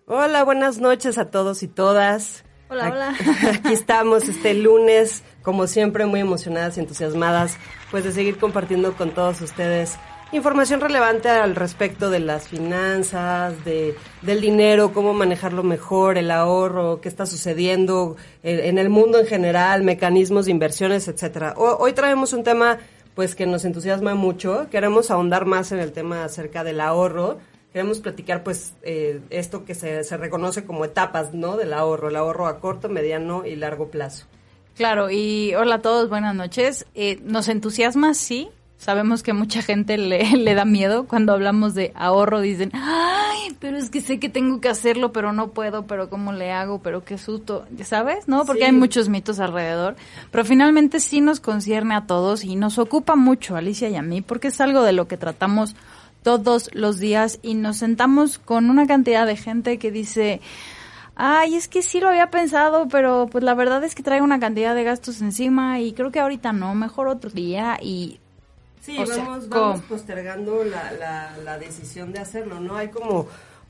Hola, buenas noches a todos y todas. Hola. Aquí estamos este lunes, como siempre, muy emocionadas y entusiasmadas, pues de seguir compartiendo con todos ustedes información relevante al respecto de las finanzas, del dinero, cómo manejarlo mejor, el ahorro, qué está sucediendo en el mundo en general, mecanismos de inversiones, etcétera. Hoy traemos un tema pues que nos entusiasma mucho. Queremos ahondar más en el tema acerca del ahorro. Queremos platicar pues esto que se reconoce como etapas, ¿no? Del ahorro, el ahorro a corto, mediano y largo plazo. Claro, y hola a todos, buenas noches. Nos entusiasma, sí. Sabemos que mucha gente le da miedo cuando hablamos de ahorro. Dicen, ay, pero es que sé que tengo que hacerlo, pero no puedo, pero ¿cómo le hago? Pero qué susto, ¿sabes? ¿No? Porque hay muchos mitos alrededor. Pero finalmente sí nos concierne a todos y nos ocupa mucho, Alicia y a mí, porque es algo de lo que tratamos todos los días y nos sentamos con una cantidad de gente que dice, ay, es que sí lo había pensado, pero pues la verdad es que traigo una cantidad de gastos encima y creo que ahorita no, mejor otro día y... Sí, vamos postergando la decisión de hacerlo, ¿no? Hay como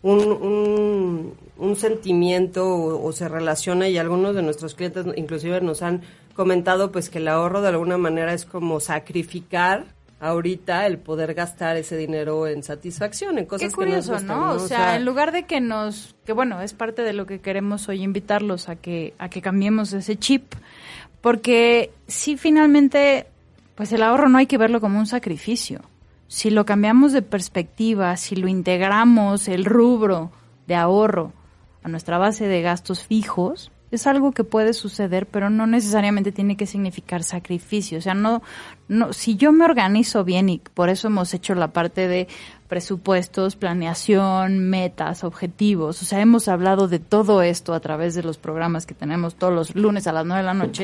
un sentimiento o se relaciona, y algunos de nuestros clientes inclusive nos han comentado pues que el ahorro de alguna manera es como sacrificar ahorita el poder gastar ese dinero en satisfacción, en cosas que nos gustan, ¿no? O sea, en lugar de que bueno, es parte de lo que queremos hoy invitarlos a que cambiemos ese chip, porque sí, finalmente, pues el ahorro no hay que verlo como un sacrificio. Si lo cambiamos de perspectiva, si lo integramos, el rubro de ahorro, a nuestra base de gastos fijos, es algo que puede suceder, pero no necesariamente tiene que significar sacrificio. O sea, no, si yo me organizo bien, y por eso hemos hecho la parte de presupuestos, planeación, metas, objetivos. O sea, hemos hablado de todo esto a través de los programas que tenemos todos los lunes a las 9 de la noche.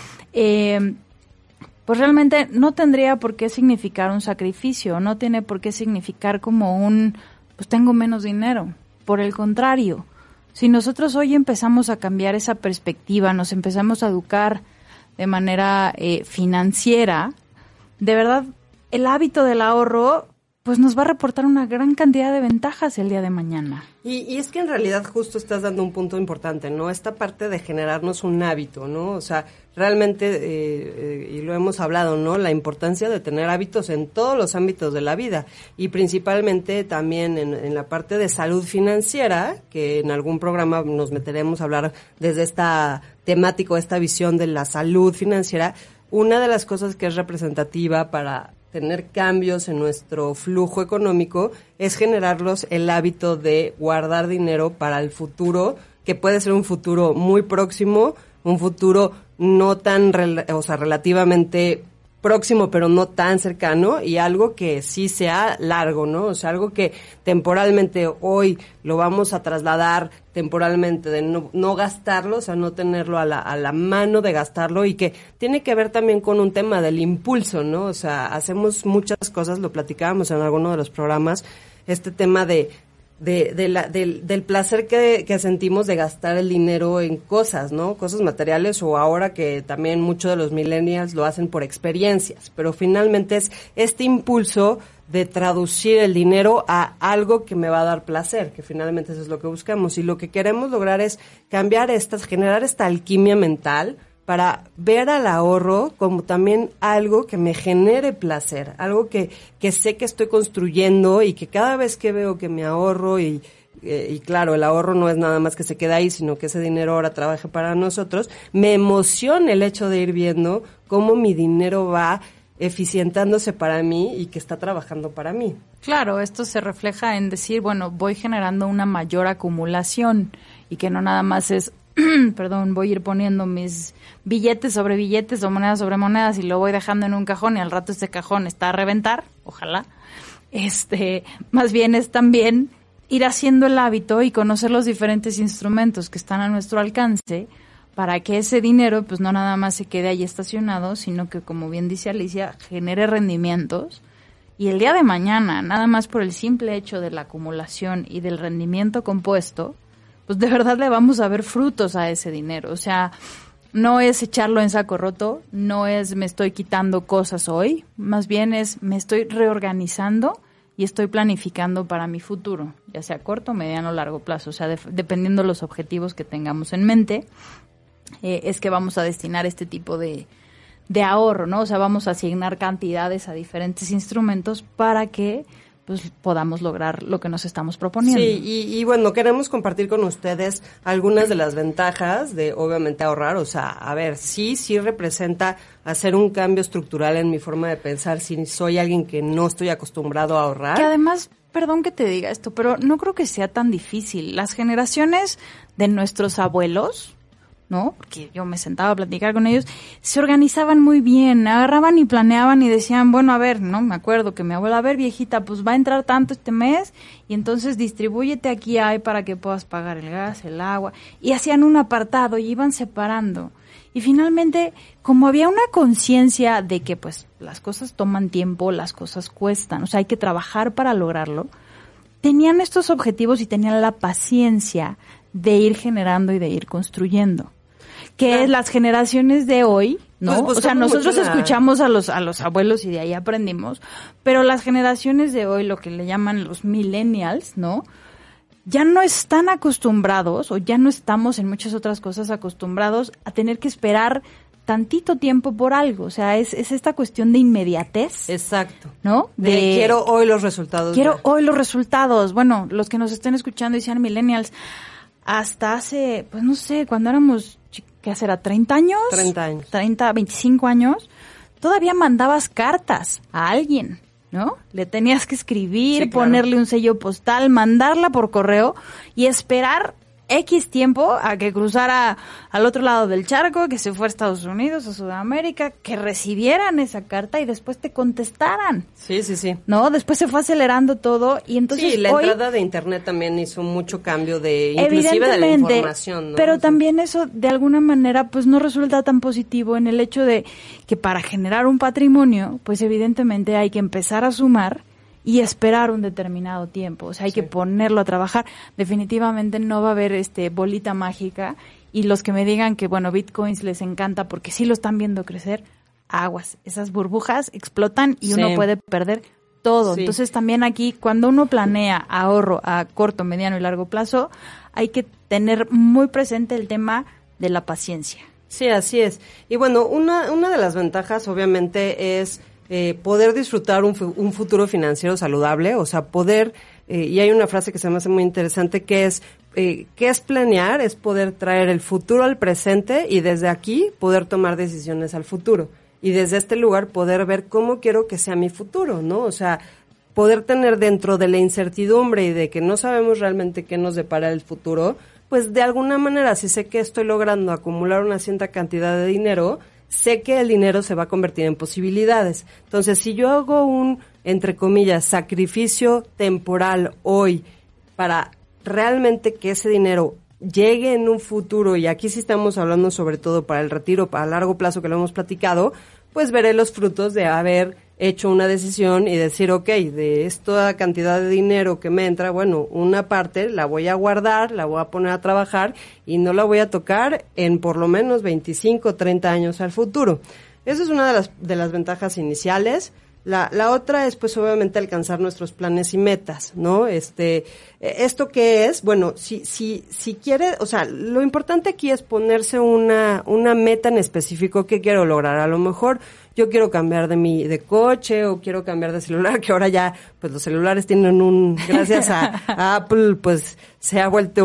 Pues realmente no tendría por qué significar un sacrificio, no tiene por qué significar como pues tengo menos dinero. Por el contrario, si nosotros hoy empezamos a cambiar esa perspectiva, nos empezamos a educar de manera financiera, de verdad, el hábito del ahorro pues nos va a reportar una gran cantidad de ventajas el día de mañana. Y es que en realidad justo estás dando un punto importante, ¿no? Esta parte de generarnos un hábito, ¿no? O sea, realmente, y lo hemos hablado, ¿no? La importancia de tener hábitos en todos los ámbitos de la vida y principalmente también en la parte de salud financiera, que en algún programa nos meteremos a hablar desde esta temática, esta visión de la salud financiera. Una de las cosas que es representativa para tener cambios en nuestro flujo económico es generarlos el hábito de guardar dinero para el futuro, que puede ser un futuro muy próximo, un futuro no tan, relativamente próximo, pero no tan cercano, y algo que sí sea largo, ¿no? O sea, algo que temporalmente hoy lo vamos a trasladar temporalmente, de no gastarlo, o sea, no tenerlo a la mano de gastarlo, y que tiene que ver también con un tema del impulso, ¿no? O sea, hacemos muchas cosas, lo platicábamos en alguno de los programas, este tema del placer que sentimos de gastar el dinero en cosas, ¿no? Cosas materiales, o ahora que también muchos de los millennials lo hacen por experiencias, pero finalmente es este impulso de traducir el dinero a algo que me va a dar placer, que finalmente eso es lo que buscamos, y lo que queremos lograr es generar esta alquimia mental para ver al ahorro como también algo que me genere placer, algo que sé que estoy construyendo, y que cada vez que veo que me ahorro, y claro, el ahorro no es nada más que se queda ahí, sino que ese dinero ahora trabaje para nosotros, me emociona el hecho de ir viendo cómo mi dinero va eficientándose para mí y que está trabajando para mí. Claro, esto se refleja en decir, bueno, voy generando una mayor acumulación, y que no nada más es voy a ir poniendo mis billetes sobre billetes o monedas sobre monedas y lo voy dejando en un cajón y al rato este cajón está a reventar, ojalá. Más bien es también ir haciendo el hábito y conocer los diferentes instrumentos que están a nuestro alcance para que ese dinero pues no nada más se quede ahí estacionado, sino que, como bien dice Alicia, genere rendimientos, y el día de mañana, nada más por el simple hecho de la acumulación y del rendimiento compuesto, pues de verdad le vamos a ver frutos a ese dinero. O sea, no es echarlo en saco roto, no es me estoy quitando cosas hoy, más bien es me estoy reorganizando y estoy planificando para mi futuro, ya sea corto, mediano o largo plazo, o sea, dependiendo de los objetivos que tengamos en mente, es que vamos a destinar este tipo de ahorro, ¿no? O sea, vamos a asignar cantidades a diferentes instrumentos para que pues podamos lograr lo que nos estamos proponiendo. Sí, y bueno, queremos compartir con ustedes algunas de las ventajas de, obviamente, ahorrar. O sea, a ver, sí representa hacer un cambio estructural en mi forma de pensar si soy alguien que no estoy acostumbrado a ahorrar. Que además, perdón que te diga esto, pero no creo que sea tan difícil. Las generaciones de nuestros abuelos, ¿no? Porque yo me sentaba a platicar con ellos, se organizaban muy bien, agarraban y planeaban y decían, bueno, a ver, ¿no? Me acuerdo que mi abuela, a ver, viejita, pues va a entrar tanto este mes y entonces distribúyete aquí ahí para que puedas pagar el gas, el agua, y hacían un apartado y iban separando. Y finalmente, como había una conciencia de que pues las cosas toman tiempo, las cosas cuestan, o sea, hay que trabajar para lograrlo, tenían estos objetivos y tenían la paciencia de ir generando y de ir construyendo. Que las generaciones de hoy, ¿no? Pues o sea, nosotros escuchamos a los abuelos y de ahí aprendimos, pero las generaciones de hoy, lo que le llaman los millennials, ¿no? Ya no están acostumbrados, o ya no estamos en muchas otras cosas acostumbrados a tener que esperar tantito tiempo por algo. O sea, es esta cuestión de inmediatez. Exacto. ¿No? De quiero hoy los resultados. Quiero hoy los resultados. Bueno, los que nos estén escuchando y sean millennials, hasta hace, pues no sé, cuando éramos, ¿qué será? ¿30 años? 30 años. 30, 25 años. Todavía mandabas cartas a alguien, ¿no? Le tenías que escribir, sí, claro, ponerle un sello postal, mandarla por correo y esperar X tiempo a que cruzara al otro lado del charco, que se fue a Estados Unidos, a Sudamérica, que recibieran esa carta y después te contestaran. Sí. ¿No? Después se fue acelerando todo y entonces sí, la hoy, entrada de internet también hizo mucho cambio de, inclusive de la información, ¿no? Pero también eso de alguna manera pues no resulta tan positivo en el hecho de que para generar un patrimonio, pues evidentemente hay que empezar a sumar y esperar un determinado tiempo, o sea, hay que ponerlo a trabajar. Definitivamente no va a haber bolita mágica, y los que me digan que bueno, Bitcoins les encanta porque sí lo están viendo crecer, aguas, esas burbujas explotan y uno puede perder todo. Sí. Entonces también aquí, cuando uno planea ahorro a corto, mediano y largo plazo, hay que tener muy presente el tema de la paciencia. Sí, así es. Y bueno, una de las ventajas obviamente es poder disfrutar un futuro financiero saludable, o sea, poder, y hay una frase que se me hace muy interesante que es, ¿qué es planear? Es poder traer el futuro al presente y desde aquí poder tomar decisiones al futuro. Y desde este lugar poder ver cómo quiero que sea mi futuro, ¿no? O sea, poder tener dentro de la incertidumbre y de que no sabemos realmente qué nos depara el futuro, pues de alguna manera, si sé que estoy logrando acumular una cierta cantidad de dinero, sé que el dinero se va a convertir en posibilidades. Entonces, si yo hago un, entre comillas, sacrificio temporal hoy para realmente que ese dinero llegue en un futuro, y aquí sí estamos hablando sobre todo para el retiro, para largo plazo que lo hemos platicado, pues veré los frutos de haber hecho una decisión y decir, okay, de esta cantidad de dinero que me entra, bueno, una parte la voy a guardar, la voy a poner a trabajar y no la voy a tocar en por lo menos 25, 30 años al futuro. Esa es una de las ventajas iniciales. La otra es, pues, obviamente alcanzar nuestros planes y metas, ¿no? ¿Esto qué es? Bueno, si quiere, o sea, lo importante aquí es ponerse una meta en específico que quiero lograr. A lo mejor yo quiero cambiar de coche o quiero cambiar de celular, que ahora ya, pues, los celulares tienen gracias a Apple, pues, se ha vuelto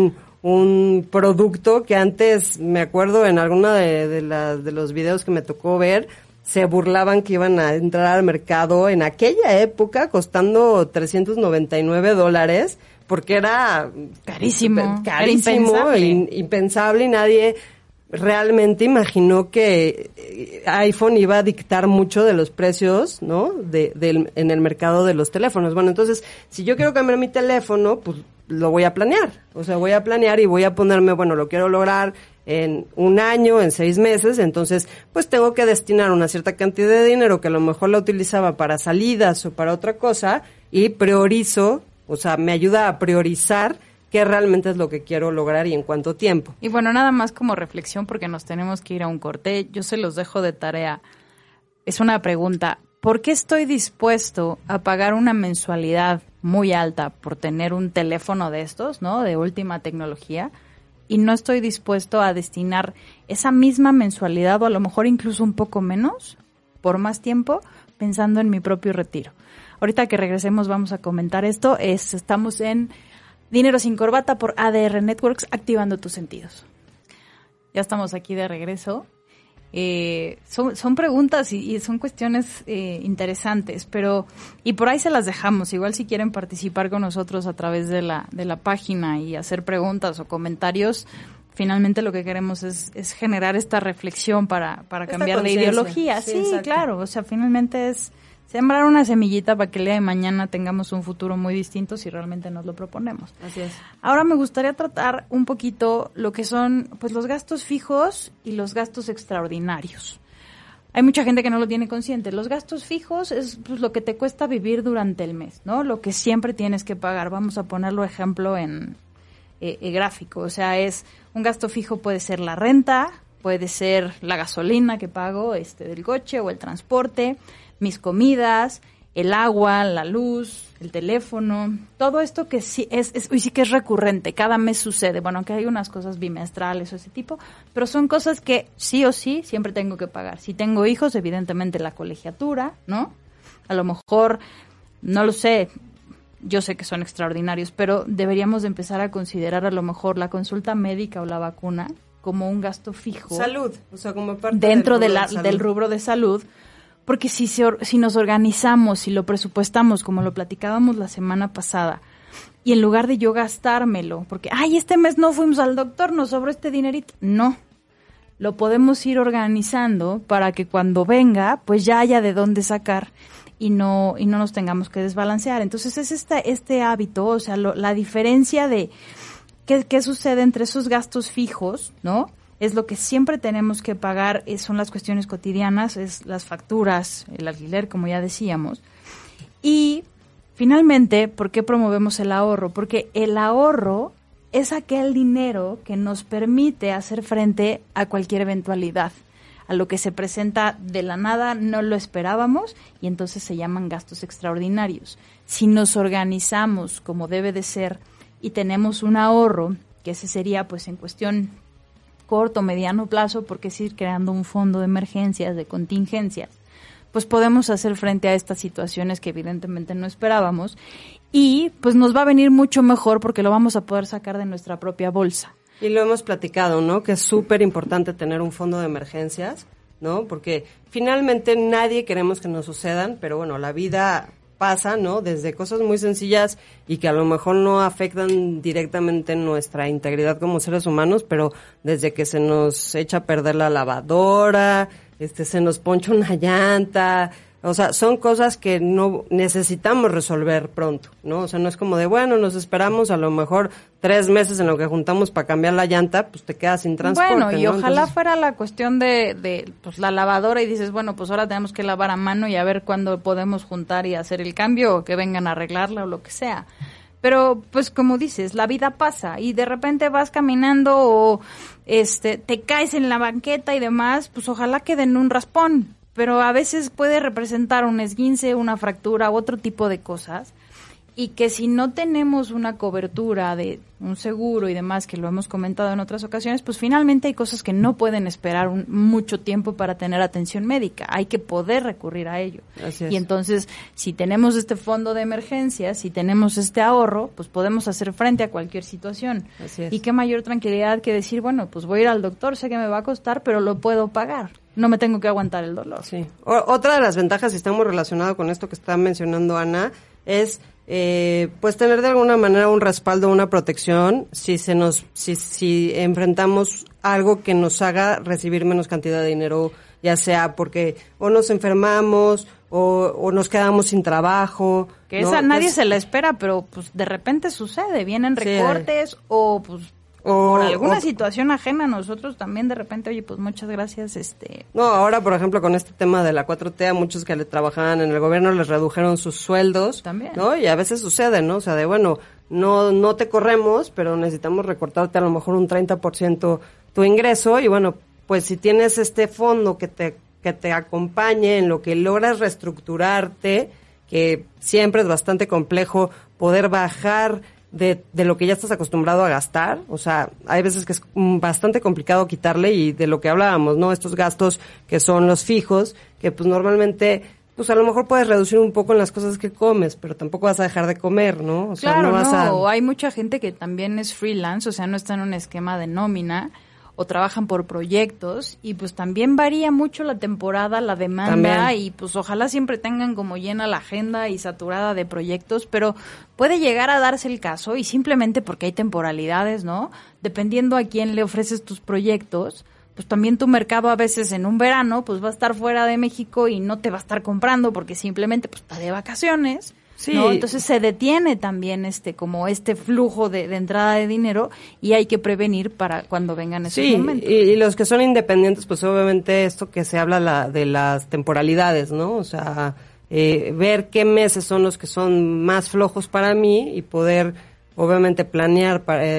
un producto que antes, me acuerdo en alguna de los videos que me tocó ver, se burlaban que iban a entrar al mercado en aquella época costando $399 porque era carísimo, era impensable y nadie realmente imaginó que iPhone iba a dictar mucho de los precios, ¿no? En el mercado de los teléfonos. Bueno, entonces, si yo quiero cambiar mi teléfono, pues lo voy a planear. O sea, voy a planear y voy a ponerme, bueno, lo quiero lograr en un año, en 6 meses, entonces pues tengo que destinar una cierta cantidad de dinero que a lo mejor la utilizaba para salidas o para otra cosa y priorizo, o sea, me ayuda a priorizar qué realmente es lo que quiero lograr y en cuánto tiempo. Y bueno, nada más como reflexión porque nos tenemos que ir a un corte, yo se los dejo de tarea. Es una pregunta, ¿por qué estoy dispuesto a pagar una mensualidad muy alta por tener un teléfono de estos, ¿no? De última tecnología, y no estoy dispuesto a destinar esa misma mensualidad o a lo mejor incluso un poco menos por más tiempo pensando en mi propio retiro? Ahorita que regresemos vamos a comentar esto. Estamos en Dinero sin Corbata por ADR Networks, activando tus sentidos. Ya estamos aquí de regreso. Son preguntas y son cuestiones interesantes, y por ahí se las dejamos. Igual si quieren participar con nosotros a través de la página y hacer preguntas o comentarios, finalmente lo que queremos es generar esta reflexión para cambiar de ideología. Sí, claro, o sea, finalmente es sembrar una semillita para que el día de mañana tengamos un futuro muy distinto si realmente nos lo proponemos. Así es. Ahora me gustaría tratar un poquito lo que son pues los gastos fijos y los gastos extraordinarios. Hay mucha gente que no lo tiene consciente. Los gastos fijos es pues lo que te cuesta vivir durante el mes, ¿no? Lo que siempre tienes que pagar. Vamos a ponerlo ejemplo en gráfico. O sea, es un gasto fijo, puede ser la renta, puede ser la gasolina que pago del coche o el transporte, mis comidas, el agua, la luz, el teléfono, todo esto que sí sí que es recurrente, cada mes sucede. Bueno, aunque hay unas cosas bimestrales o ese tipo, pero son cosas que sí o sí siempre tengo que pagar. Si tengo hijos, evidentemente la colegiatura, ¿no? A lo mejor, no lo sé, yo sé que son extraordinarios, pero deberíamos de empezar a considerar a lo mejor la consulta médica o la vacuna como un gasto fijo. Salud, o sea, como parte dentro del rubro de salud. Porque si nos organizamos, si lo presupuestamos, como lo platicábamos la semana pasada, y en lugar de yo gastármelo, porque, este mes no fuimos al doctor, nos sobró este dinerito. No, lo podemos ir organizando para que cuando venga, pues ya haya de dónde sacar y no nos tengamos que desbalancear. Entonces es este hábito, o sea, la diferencia de qué sucede entre esos gastos fijos, ¿no? Es lo que siempre tenemos que pagar, son las cuestiones cotidianas, es las facturas, el alquiler, como ya decíamos. Y finalmente, ¿por qué promovemos el ahorro? Porque el ahorro es aquel dinero que nos permite hacer frente a cualquier eventualidad, a lo que se presenta de la nada, no lo esperábamos, y entonces se llaman gastos extraordinarios. Si nos organizamos como debe de ser y tenemos un ahorro, que ese sería pues en cuestión corto, mediano plazo, porque es ir creando un fondo de emergencias, de contingencias, pues podemos hacer frente a estas situaciones que evidentemente no esperábamos y pues nos va a venir mucho mejor porque lo vamos a poder sacar de nuestra propia bolsa. Y lo hemos platicado, ¿no? Que es súper importante tener un fondo de emergencias, ¿no? Porque finalmente nadie queremos que nos sucedan, pero bueno, la vida pasa, ¿no? Desde cosas muy sencillas y que a lo mejor no afectan directamente nuestra integridad como seres humanos, pero desde que se nos echa a perder la lavadora, se nos poncha una llanta, o sea, son cosas que no necesitamos resolver pronto, ¿no? O sea, no es como de, bueno, nos esperamos a lo mejor 3 meses en lo que juntamos para cambiar la llanta, pues te quedas sin transporte, bueno, y ¿no? ojalá Entonces, fuera la cuestión de pues la lavadora y dices, bueno, pues ahora tenemos que lavar a mano y a ver cuándo podemos juntar y hacer el cambio o que vengan a arreglarla o lo que sea. Pero, pues como dices, la vida pasa y de repente vas caminando o te caes en la banqueta y demás, pues ojalá quede en un raspón. Pero a veces puede representar un esguince, una fractura u otro tipo de cosas, y que si no tenemos una cobertura de un seguro y demás, que lo hemos comentado en otras ocasiones, pues finalmente hay cosas que no pueden esperar mucho tiempo para tener atención médica, hay que poder recurrir a ello. Así es. Y entonces, si tenemos este fondo de emergencia, si tenemos este ahorro, pues podemos hacer frente a cualquier situación. Así es. Y qué mayor tranquilidad que decir, bueno, pues voy a ir al doctor, sé que me va a costar, pero lo puedo pagar. No me tengo que aguantar el dolor. Sí. Otra de las ventajas, y está muy relacionado con esto que está mencionando Ana, es pues tener de alguna manera un respaldo, una protección, si enfrentamos algo que nos haga recibir menos cantidad de dinero, ya sea porque o nos enfermamos o nos quedamos sin trabajo. Que ¿no? esa nadie se la espera, pero pues de repente sucede, vienen recortes o pues por alguna situación ajena a nosotros también de repente, oye, pues muchas gracias. No, ahora por ejemplo con este tema de la 4T, a muchos que le trabajaban en el gobierno les redujeron sus sueldos, también, ¿no? Y a veces sucede, ¿no? O sea, de bueno, no te corremos, pero necesitamos recortarte a lo mejor un 30% tu ingreso y bueno, pues si tienes este fondo que te que te acompañe, en lo que logras reestructurarte, que siempre es bastante complejo poder bajar de lo que ya estás acostumbrado a gastar. O sea, hay veces que es bastante complicado quitarle, y de lo que hablábamos, ¿no? Estos gastos que son los fijos, que pues normalmente, pues a lo mejor puedes reducir un poco en las cosas que comes, pero tampoco vas a dejar de comer, ¿no? O sea, claro, no vas a... hay mucha gente que también es freelance, o sea, no está en un esquema de nómina, o trabajan por proyectos, y pues también varía mucho la temporada, la demanda, También. y pues ojalá siempre tengan como llena la agenda y saturada de proyectos, pero puede llegar a darse el caso, y simplemente porque hay temporalidades, ¿no? Dependiendo a quién le ofreces tus proyectos, pues también tu mercado a veces en un verano pues va a estar fuera de México y no te va a estar comprando porque simplemente pues está de vacaciones. Sí. ¿No? Entonces se detiene también como este flujo de entrada de dinero, y hay que prevenir para cuando vengan esos momentos. Y los que son independientes, pues obviamente esto que se habla de las temporalidades, ¿no? O sea, ver qué meses son los que son más flojos para mí y poder obviamente planear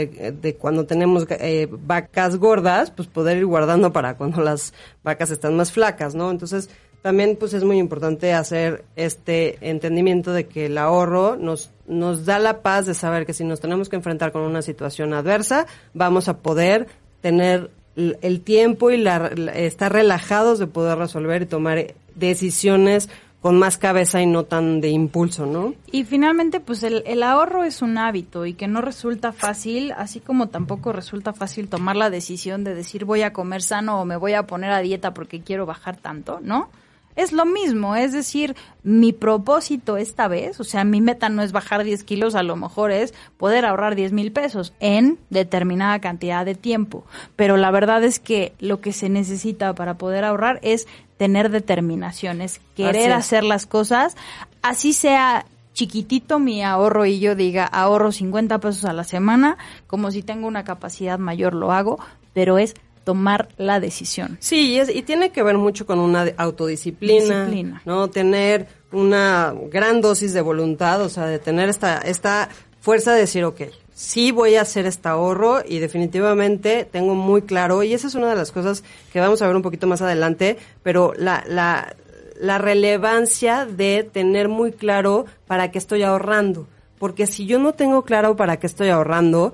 de cuando tenemos vacas gordas, pues poder ir guardando para cuando las vacas están más flacas, ¿no? Entonces también pues es muy importante hacer este entendimiento de que el ahorro nos da la paz de saber que si nos tenemos que enfrentar con una situación adversa, vamos a poder tener el tiempo y estar relajados de poder resolver y tomar decisiones con más cabeza y no tan de impulso, ¿no? Y finalmente, pues el ahorro es un hábito y que no resulta fácil, así como tampoco resulta fácil tomar la decisión de decir voy a comer sano o me voy a poner a dieta porque quiero bajar tanto, ¿no? Es lo mismo, es decir, mi propósito esta vez, o sea, mi meta no es bajar 10 kilos, a lo mejor es poder ahorrar 10,000 pesos en determinada cantidad de tiempo. Pero la verdad es que lo que se necesita para poder ahorrar es tener determinación, es querer hacer las cosas, así sea chiquitito mi ahorro y yo diga ahorro 50 pesos a la semana, como si tengo una capacidad mayor lo hago, pero es tomar la decisión. Sí, y tiene que ver mucho con una autodisciplina, ¿no? Tener una gran dosis de voluntad, o sea, de tener esta fuerza de decir, ok, sí voy a hacer este ahorro y definitivamente tengo muy claro, y esa es una de las cosas que vamos a ver un poquito más adelante, pero la relevancia de tener muy claro para qué estoy ahorrando, porque si yo no tengo claro para qué estoy ahorrando,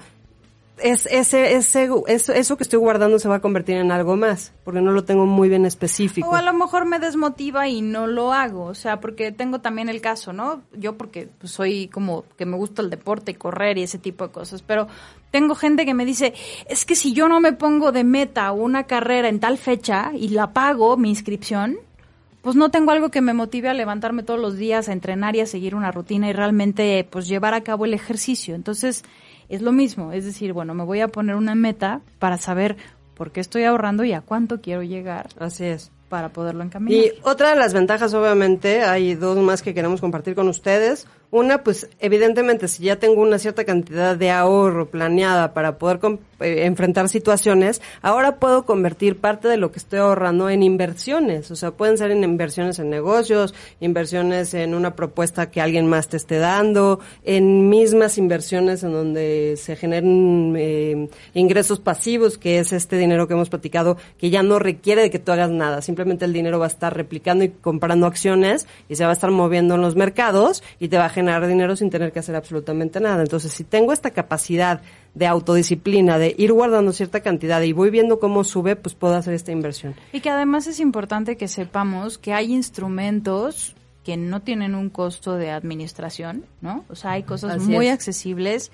eso que estoy guardando se va a convertir en algo más, porque no lo tengo muy bien específico. O a lo mejor me desmotiva y no lo hago, o sea, porque tengo también el caso, ¿no? Yo porque pues, soy como que me gusta el deporte y correr y ese tipo de cosas, pero tengo gente que me dice, es que si yo no me pongo de meta una carrera en tal fecha y la pago, mi inscripción, pues no tengo algo que me motive a levantarme todos los días, a entrenar y a seguir una rutina y realmente pues llevar a cabo el ejercicio. Entonces es lo mismo, es decir, bueno, me voy a poner una meta para saber por qué estoy ahorrando y a cuánto quiero llegar. Así es. Para poderlo encaminar. Y otra de las ventajas, obviamente, hay dos más que queremos compartir con ustedes. Una, pues, evidentemente, si ya tengo una cierta cantidad de ahorro planeada para poder enfrentar situaciones, ahora puedo convertir parte de lo que estoy ahorrando en inversiones. O sea, pueden ser en inversiones en negocios, inversiones en una propuesta que alguien más te esté dando, en mismas inversiones en donde se generen ingresos pasivos, que es este dinero que hemos platicado, que ya no requiere de que tú hagas nada. Simplemente el dinero va a estar replicando y comprando acciones y se va a estar moviendo en los mercados y te va a generar dinero sin tener que hacer absolutamente nada. Entonces, si tengo esta capacidad de autodisciplina, de ir guardando cierta cantidad y voy viendo cómo sube, pues puedo hacer esta inversión. Y que además es importante que sepamos que hay instrumentos que no tienen un costo de administración, ¿no? O sea, hay cosas muy accesibles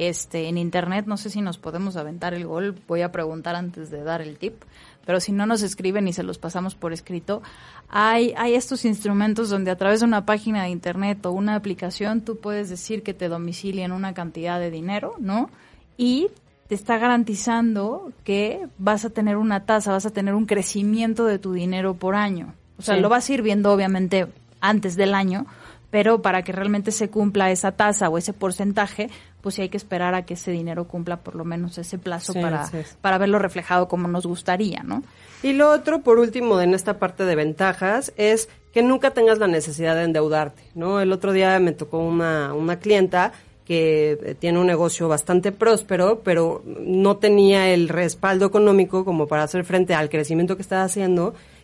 en internet. No sé si nos podemos aventar el gol, voy a preguntar antes de dar el tip, pero si no nos escriben y se los pasamos por escrito, hay estos instrumentos donde a través de una página de internet o una aplicación tú puedes decir que te domicilien una cantidad de dinero, ¿no? Y te está garantizando que vas a tener una tasa, vas a tener un crecimiento de tu dinero por año. O sea, lo vas a ir viendo obviamente antes del año, pero para que realmente se cumpla esa tasa o ese porcentaje, pues sí hay que esperar a que ese dinero cumpla por lo menos ese plazo para verlo reflejado como nos gustaría, ¿no? Y lo otro, por último, en esta parte de ventajas, es que nunca tengas la necesidad de endeudarte, ¿no? El otro día me tocó una clienta que tiene un negocio bastante próspero, pero no tenía el respaldo económico como para hacer frente al crecimiento que estaba haciendo,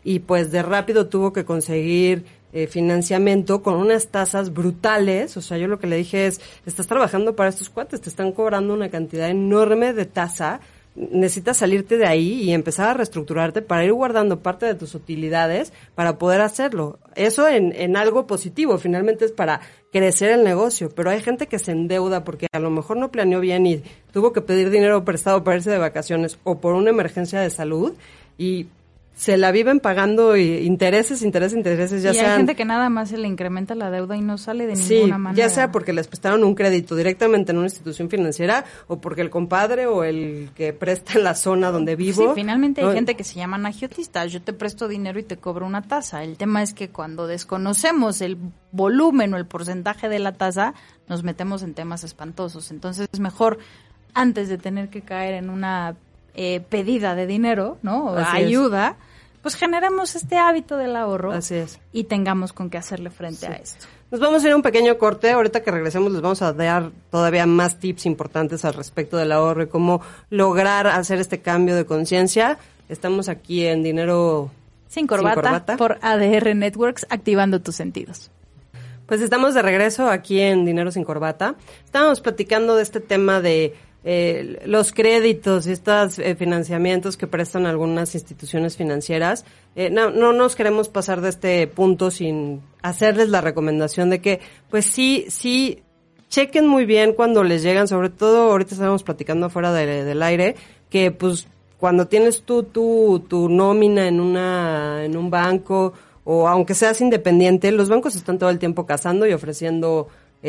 y pues de rápido tuvo que conseguir financiamiento con unas tasas brutales. O sea, yo lo que le dije es, estás trabajando para estos cuates, te están cobrando una cantidad enorme de tasa, necesitas salirte de ahí y empezar a reestructurarte para ir guardando parte de tus utilidades para poder hacerlo. Eso en algo positivo, finalmente es para crecer el negocio, pero hay gente que se endeuda porque a lo mejor no planeó bien y tuvo que pedir dinero prestado para irse de vacaciones o por una emergencia de salud y se la viven pagando intereses, ya y sean... hay gente que nada más se le incrementa la deuda y no sale de ninguna manera. Ya sea porque les prestaron un crédito directamente en una institución financiera o porque el compadre o el que presta en la zona donde vivo... Sí, finalmente hay gente que se llaman agiotistas. Yo te presto dinero y te cobro una tasa. El tema es que cuando desconocemos el volumen o el porcentaje de la tasa, nos metemos en temas espantosos. Entonces es mejor, antes de tener que caer en una... pedida de dinero, ¿no? O ayuda, pues generemos este hábito del ahorro. Así es. Y tengamos con qué hacerle frente a esto. Nos vamos a ir a un pequeño corte. Ahorita que regresemos les vamos a dar todavía más tips importantes al respecto del ahorro y cómo lograr hacer este cambio de conciencia. Estamos aquí en Dinero Sin corbata por ADR Networks, activando tus sentidos. Pues estamos de regreso aquí en Dinero Sin Corbata. Estábamos platicando de este tema de los créditos y estos financiamientos que prestan algunas instituciones financieras. No nos queremos pasar de este punto sin hacerles la recomendación de que, pues sí, chequen muy bien cuando les llegan, sobre todo ahorita estábamos platicando afuera del aire, que pues cuando tienes tu nómina en un banco, o aunque seas independiente, los bancos están todo el tiempo cazando y ofreciendo,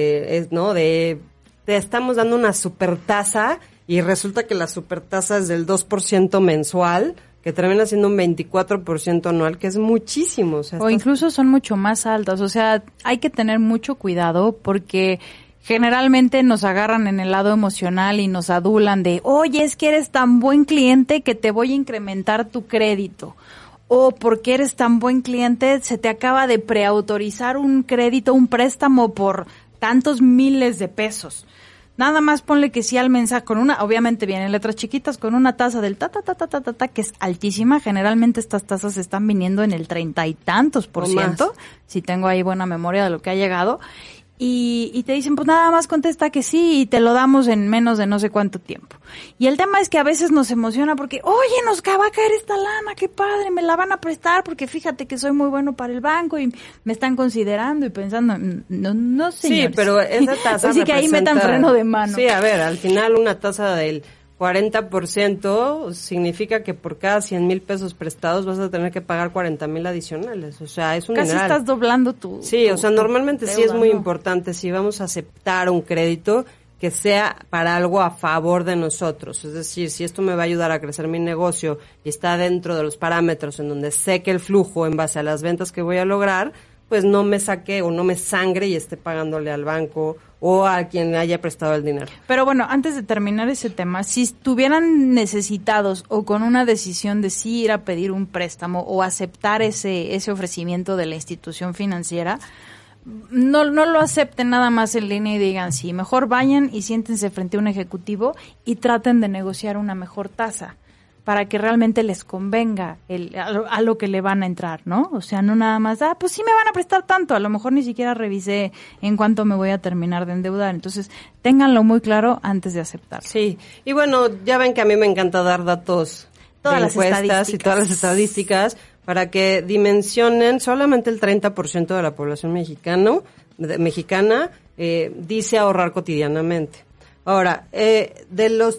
te estamos dando una supertasa y resulta que la supertasa es del 2% mensual, que termina siendo un 24% anual, que es muchísimo. O incluso son mucho más altas. O sea, hay que tener mucho cuidado porque generalmente nos agarran en el lado emocional y nos adulan de, oye, es que eres tan buen cliente que te voy a incrementar tu crédito. O porque eres tan buen cliente, se te acaba de preautorizar un crédito, un préstamo por tantos miles de pesos. Nada más ponle que sí al mensaje con obviamente vienen letras chiquitas, con una tasa del que es altísima. Generalmente estas tasas están viniendo en el 30 y tantos %, si tengo ahí buena memoria de lo que ha llegado. Y te dicen, pues nada más contesta que sí y te lo damos en menos de no sé cuánto tiempo. Y el tema es que a veces nos emociona porque, oye, nos va a caer esta lana, qué padre, me la van a prestar porque fíjate que soy muy bueno para el banco y me están considerando y pensando, no señores. Sí, pero esa tasa así que ahí metan freno de mano. Sí, a ver, al final una tasa del 40% significa que por cada 100,000 pesos prestados vas a tener que pagar 40,000 adicionales. O sea, es un casi dineral. Estás doblando tu... Sí, o sea, normalmente deuda, sí es muy importante si vamos a aceptar un crédito que sea para algo a favor de nosotros. Es decir, si esto me va a ayudar a crecer mi negocio y está dentro de los parámetros en donde sé que el flujo en base a las ventas que voy a lograr, pues no me saque o no me sangre y esté pagándole al banco o a quien haya prestado el dinero. Pero bueno, antes de terminar ese tema, si estuvieran necesitados o con una decisión de sí ir a pedir un préstamo o aceptar ese ofrecimiento de la institución financiera, no lo acepten nada más en línea y digan sí, mejor vayan y siéntense frente a un ejecutivo y traten de negociar una mejor tasa para que realmente les convenga a lo que le van a entrar, ¿no? O sea, no nada más, pues sí me van a prestar tanto, a lo mejor ni siquiera revisé en cuánto me voy a terminar de endeudar. Entonces, ténganlo muy claro antes de aceptar. Sí, y bueno, ya ven que a mí me encanta dar datos todas de las encuestas y todas las estadísticas para que dimensionen. Solamente el 30% de la población mexicana dice ahorrar cotidianamente. Ahora, de los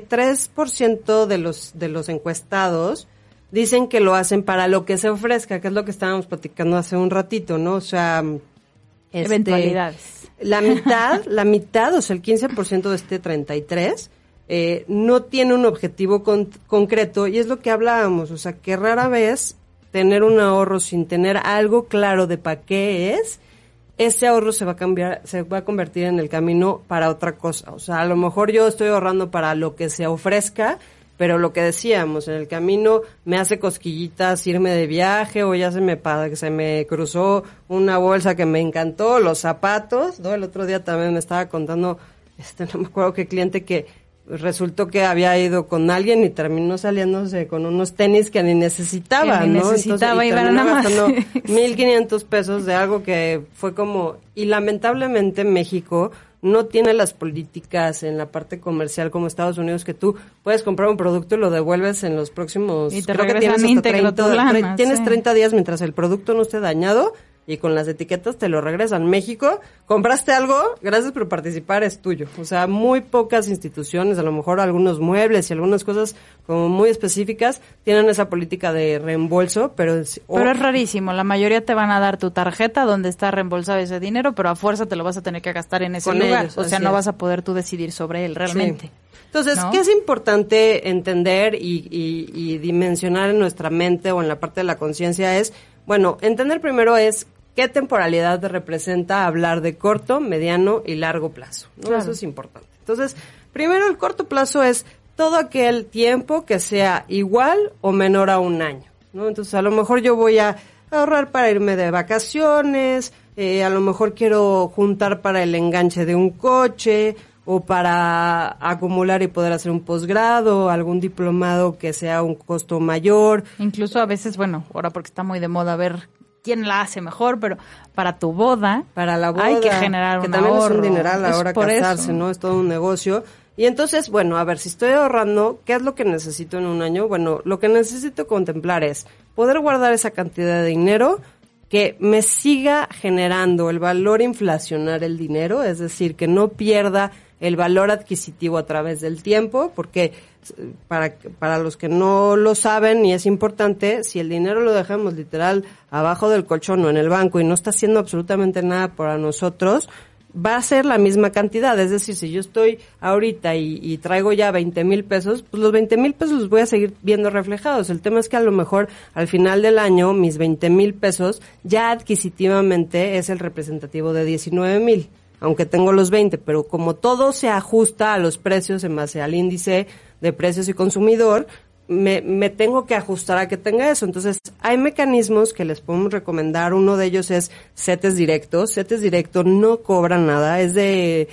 33% de los encuestados dicen que lo hacen para lo que se ofrezca, que es lo que estábamos platicando hace un ratito, ¿no? O sea, eventualidades. La mitad, o sea, el 15% de este 33 no tiene un objetivo concreto, y es lo que hablábamos, o sea, que rara vez tener un ahorro sin tener algo claro de para qué es, ese ahorro se va a convertir en el camino para otra cosa. O sea, a lo mejor yo estoy ahorrando para lo que se ofrezca, pero lo que decíamos, en el camino me hace cosquillitas irme de viaje, o ya se me cruzó una bolsa que me encantó, los zapatos, ¿no? El otro día también me estaba contando, no me acuerdo qué cliente, que resultó que había ido con alguien y terminó saliéndose con unos tenis que ni necesitaba, que ni ¿no? necesitaba, Entonces, y terminó nada más. gastando 1,500 pesos de algo que fue como... Y lamentablemente México no tiene las políticas en la parte comercial como Estados Unidos, que tú puedes comprar un producto y lo devuelves en los próximos... Y te creo que regresan tienes hasta íntegro tu lana, tienes sí. 30 días mientras el producto no esté dañado, y con las etiquetas te lo regresan. México, compraste algo, gracias por participar, es tuyo. O sea, muy pocas instituciones, a lo mejor algunos muebles y algunas cosas como muy específicas, tienen esa política de reembolso, pero es rarísimo. La mayoría te van a dar tu tarjeta donde está reembolsado ese dinero, pero a fuerza te lo vas a tener que gastar en ese con lugar. ellos, O sea, así no es. vas a poder tú decidir sobre él realmente. Sí. Entonces, ¿no? ¿qué es importante entender y dimensionar en nuestra mente o en la parte de la conciencia? Es, bueno, entender primero es qué temporalidad representa hablar de corto, mediano y largo plazo, ¿no? Claro. Eso es importante. Entonces, primero el corto plazo es todo aquel tiempo que sea igual o menor a un año, ¿no? Entonces, a lo mejor yo voy a ahorrar para irme de vacaciones, a lo mejor quiero juntar para el enganche de un coche, o para acumular y poder hacer un posgrado, algún diplomado que sea un costo mayor. Incluso a veces, bueno, ahora porque está muy de moda ver quién la hace mejor, pero para tu boda, para la boda, hay que generar que un también ahorro. es un dineral ahora por casarse, eso. ¿no? Es todo un negocio. Y entonces, bueno, a ver, si estoy ahorrando, ¿qué es lo que necesito en un año? Bueno, lo que necesito contemplar es poder guardar esa cantidad de dinero que me siga generando el valor inflacionario del dinero, es decir, que no pierda el valor adquisitivo a través del tiempo, porque para los que no lo saben, y es importante, si el dinero lo dejamos literal abajo del colchón o en el banco y no está haciendo absolutamente nada para nosotros, va a ser la misma cantidad. Es decir, si yo estoy ahorita y traigo ya 20,000 pesos, pues los 20,000 pesos los voy a seguir viendo reflejados. El tema es que a lo mejor al final del año mis 20,000 pesos ya adquisitivamente es el representativo de 19,000. Aunque tengo los 20, pero como todo se ajusta a los precios en base al índice de precios y consumidor, me tengo que ajustar a que tenga eso. Entonces, hay mecanismos que les podemos recomendar. Uno de ellos es CETES Directos. CETES Directo no cobra nada, es de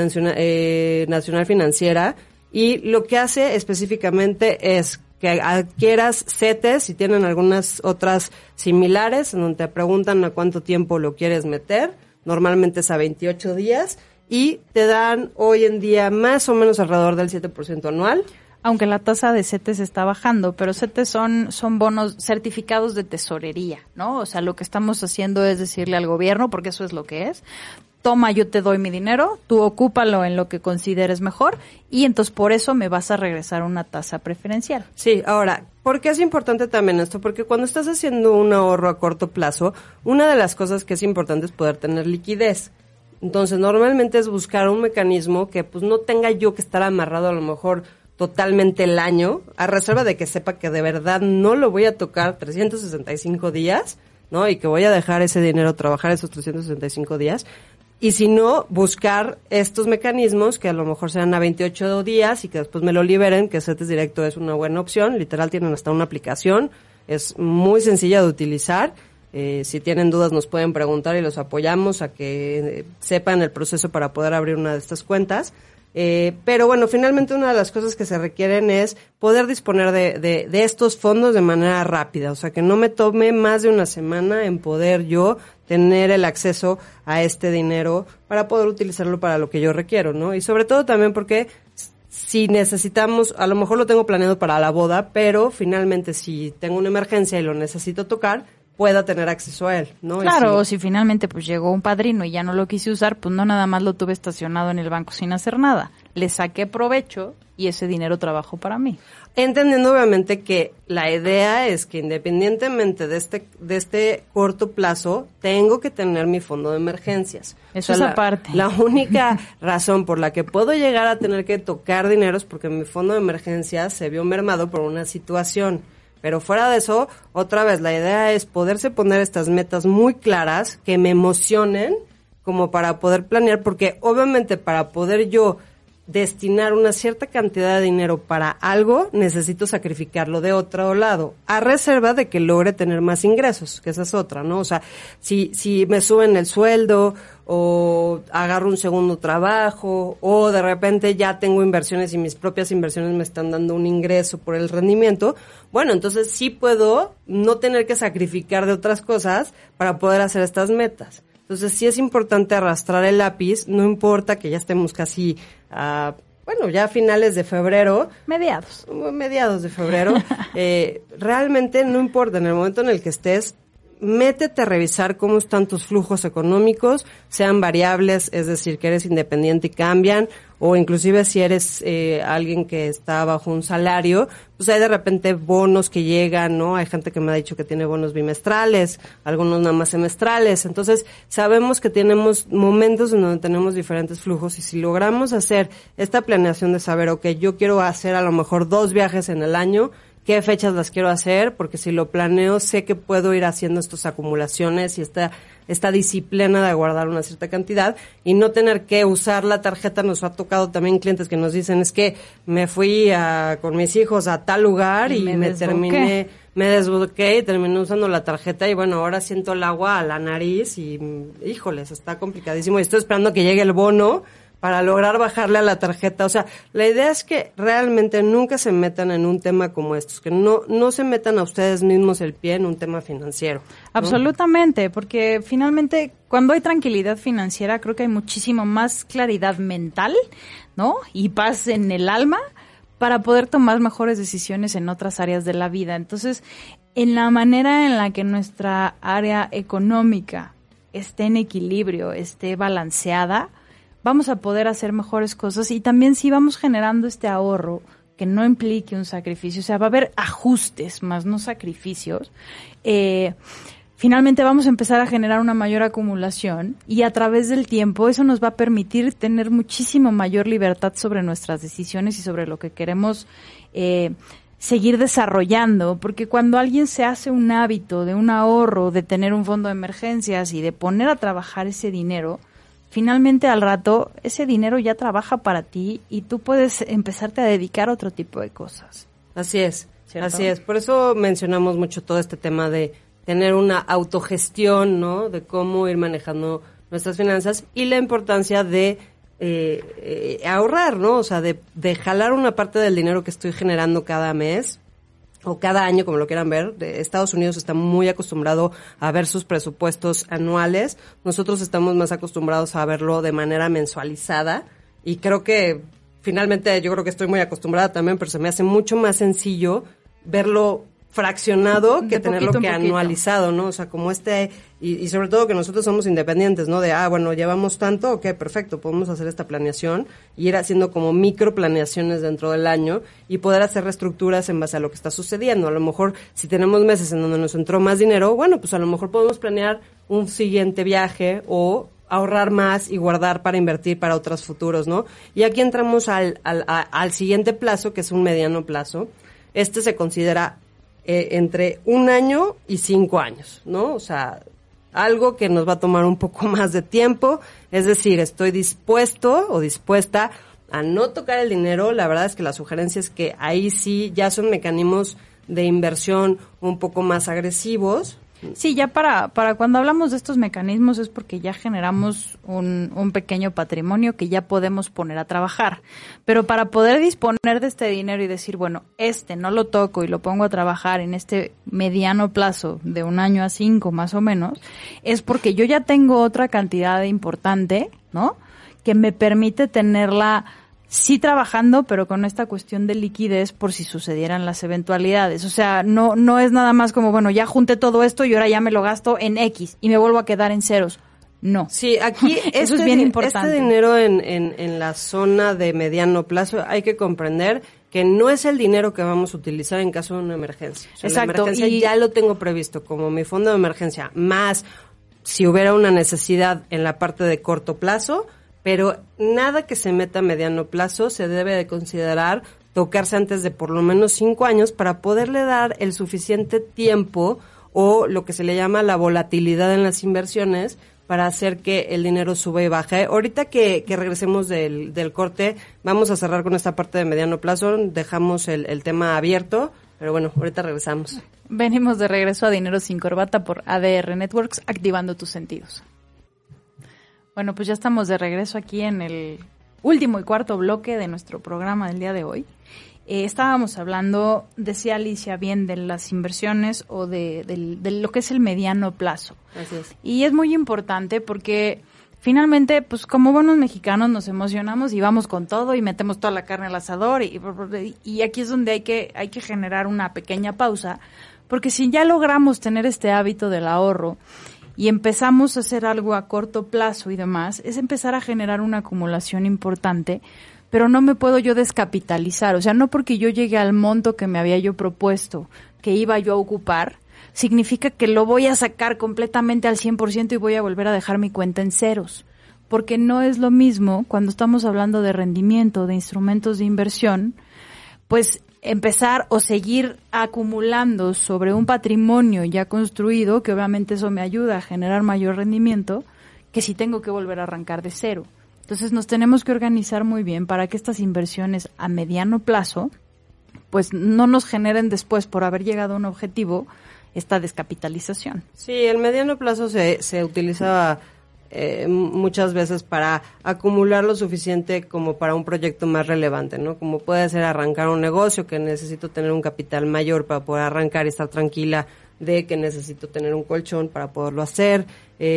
Nacional Financiera, y lo que hace específicamente es que adquieras CETES, y tienen algunas otras similares, en donde te preguntan a cuánto tiempo lo quieres meter. Normalmente es a 28 días y te dan hoy en día más o menos alrededor del 7% anual. Aunque la tasa de CETES está bajando, pero CETES son bonos certificados de tesorería, ¿no? O sea, lo que estamos haciendo es decirle al gobierno, porque eso es lo que es, toma, yo te doy mi dinero, tú ocúpalo en lo que consideres mejor, y entonces por eso me vas a regresar una tasa preferencial. Sí, ahora, ¿por qué es importante también esto? Porque cuando estás haciendo un ahorro a corto plazo, una de las cosas que es importante es poder tener liquidez. Entonces, normalmente es buscar un mecanismo que pues no tenga yo que estar amarrado a lo mejor totalmente el año, a reserva de que sepa que de verdad no lo voy a tocar 365 días, ¿no? Y que voy a dejar ese dinero trabajar esos 365 días. Y si no, buscar estos mecanismos que a lo mejor sean a 28 días y que después me lo liberen, que CETES Directo es una buena opción. Literal, tienen hasta una aplicación. Es muy sencilla de utilizar. Si tienen dudas nos pueden preguntar y los apoyamos a que sepan el proceso para poder abrir una de estas cuentas. Pero bueno, finalmente una de las cosas que se requieren es poder disponer de estos fondos de manera rápida, o sea, que no me tome más de una semana en poder yo tener el acceso a este dinero para poder utilizarlo para lo que yo requiero, ¿no? Y sobre todo también porque si necesitamos, a lo mejor lo tengo planeado para la boda, pero finalmente si tengo una emergencia y lo necesito tocar, pueda tener acceso a él, ¿no? Claro, o si finalmente pues llegó un padrino y ya no lo quise usar, pues no nada más lo tuve estacionado en el banco sin hacer nada. Le saqué provecho y ese dinero trabajó para mí. Entendiendo obviamente que la idea es que independientemente de este corto plazo, tengo que tener mi fondo de emergencias. Eso es aparte. La única razón por la que puedo llegar a tener que tocar dinero es porque mi fondo de emergencias se vio mermado por una situación. Pero fuera de eso, otra vez, la idea es poderse poner estas metas muy claras que me emocionen como para poder planear, porque obviamente para poder yo destinar una cierta cantidad de dinero para algo, necesito sacrificarlo de otro lado, a reserva de que logre tener más ingresos, que esa es otra, ¿no? O sea, si me suben el sueldo, o agarro un segundo trabajo, o de repente ya tengo inversiones y mis propias inversiones me están dando un ingreso por el rendimiento, bueno, entonces sí puedo no tener que sacrificar de otras cosas para poder hacer estas metas. Entonces sí es importante arrastrar el lápiz, no importa que ya estemos casi, ya a finales de febrero. Mediados de febrero. Realmente no importa, en el momento en el que estés, métete a revisar cómo están tus flujos económicos, sean variables, es decir, que eres independiente y cambian, o inclusive si eres alguien que está bajo un salario, pues hay de repente bonos que llegan, ¿no? Hay gente que me ha dicho que tiene bonos bimestrales, algunos nada más semestrales. Entonces, sabemos que tenemos momentos en donde tenemos diferentes flujos, y si logramos hacer esta planeación de saber, okay, yo quiero hacer a lo mejor 2 viajes en el año, ¿qué fechas las quiero hacer? Porque si lo planeo, sé que puedo ir haciendo estas acumulaciones y esta disciplina de guardar una cierta cantidad y no tener que usar la tarjeta. Nos ha tocado también clientes que nos dicen, es que me fui con mis hijos a tal lugar y me desbloqueé y terminé usando la tarjeta, y bueno, ahora siento el agua a la nariz y, híjoles, está complicadísimo, y estoy esperando que llegue el bono para lograr bajarle a la tarjeta. O sea, la idea es que realmente nunca se metan en un tema como estos, que no se metan a ustedes mismos el pie en un tema financiero, ¿no? Absolutamente, porque finalmente cuando hay tranquilidad financiera creo que hay muchísimo más claridad mental, ¿no? Y paz en el alma para poder tomar mejores decisiones en otras áreas de la vida. Entonces, en la manera en la que nuestra área económica esté en equilibrio, esté balanceada, vamos a poder hacer mejores cosas, y también si vamos generando este ahorro que no implique un sacrificio, o sea, va a haber ajustes más no sacrificios, finalmente vamos a empezar a generar una mayor acumulación, y a través del tiempo eso nos va a permitir tener muchísimo mayor libertad sobre nuestras decisiones y sobre lo que queremos seguir desarrollando, porque cuando alguien se hace un hábito de un ahorro, de tener un fondo de emergencias y de poner a trabajar ese dinero, finalmente al rato ese dinero ya trabaja para ti y tú puedes empezarte a dedicar a otro tipo de cosas. Así es, ¿cierto? Así es. Por eso mencionamos mucho todo este tema de tener una autogestión, ¿no? De cómo ir manejando nuestras finanzas y la importancia de ahorrar, ¿no? O sea, de jalar una parte del dinero que estoy generando cada mes o cada año, como lo quieran ver. Estados Unidos está muy acostumbrado a ver sus presupuestos anuales. Nosotros estamos más acostumbrados a verlo de manera mensualizada, y creo que finalmente yo creo que estoy muy acostumbrada también, pero se me hace mucho más sencillo verlo fraccionado que tenerlo que anualizado, ¿no? O sea, como y sobre todo que nosotros somos independientes, ¿no? De, bueno, llevamos tanto, ok, perfecto, podemos hacer esta planeación y ir haciendo como micro planeaciones dentro del año y poder hacer reestructuras en base a lo que está sucediendo. A lo mejor, si tenemos meses en donde nos entró más dinero, bueno, pues a lo mejor podemos planear un siguiente viaje o ahorrar más y guardar para invertir para otros futuros, ¿no? Y aquí entramos al siguiente plazo, que es un mediano plazo. Este se considera entre 1 año y 5 años, ¿no? O sea, algo que nos va a tomar un poco más de tiempo. Es decir, estoy dispuesto o dispuesta a no tocar el dinero. La verdad es que la sugerencia es que ahí sí ya son mecanismos de inversión un poco más agresivos. Sí, ya para cuando hablamos de estos mecanismos es porque ya generamos un pequeño patrimonio que ya podemos poner a trabajar. Pero para poder disponer de este dinero y decir, bueno, no lo toco y lo pongo a trabajar en este mediano plazo de 1 año a 5 más o menos, es porque yo ya tengo otra cantidad importante, ¿no? Que me permite tenerla sí trabajando, pero con esta cuestión de liquidez por si sucedieran las eventualidades. O sea, no es nada más como, bueno, ya junté todo esto y ahora ya me lo gasto en X y me vuelvo a quedar en ceros. No. Sí, aquí eso es bien importante. Este dinero en la zona de mediano plazo hay que comprender que no es el dinero que vamos a utilizar en caso de una emergencia. O sea, exacto. La emergencia ya lo tengo previsto como mi fondo de emergencia, más si hubiera una necesidad en la parte de corto plazo, pero nada que se meta a mediano plazo se debe de considerar tocarse antes de por lo menos 5 años para poderle dar el suficiente tiempo o lo que se le llama la volatilidad en las inversiones para hacer que el dinero suba y baje. Ahorita que regresemos del corte, vamos a cerrar con esta parte de mediano plazo, dejamos el tema abierto, pero bueno, ahorita regresamos. Venimos de regreso a Dinero sin Corbata por ADR Networks, activando tus sentidos. Bueno, pues ya estamos de regreso aquí en el último y cuarto bloque de nuestro programa del día de hoy. Estábamos hablando, decía Alicia bien, de las inversiones o de lo que es el mediano plazo. Así es. Y es muy importante porque finalmente, pues como buenos mexicanos nos emocionamos y vamos con todo y metemos toda la carne al asador y aquí es donde hay que generar una pequeña pausa, porque si ya logramos tener este hábito del ahorro y empezamos a hacer algo a corto plazo y demás, es empezar a generar una acumulación importante, pero no me puedo yo descapitalizar. O sea, no porque yo llegue al monto que me había yo propuesto, que iba yo a ocupar, significa que lo voy a sacar completamente al 100% y voy a volver a dejar mi cuenta en ceros. Porque no es lo mismo cuando estamos hablando de rendimiento, de instrumentos de inversión, pues empezar o seguir acumulando sobre un patrimonio ya construido, que obviamente eso me ayuda a generar mayor rendimiento, que si tengo que volver a arrancar de cero. Entonces nos tenemos que organizar muy bien para que estas inversiones a mediano plazo pues no nos generen después, por haber llegado a un objetivo, esta descapitalización. Sí, el mediano plazo se utiliza muchas veces para acumular lo suficiente como para un proyecto más relevante, ¿no? Como puede ser arrancar un negocio, que necesito tener un capital mayor para poder arrancar y estar tranquila de que necesito tener un colchón para poderlo hacer.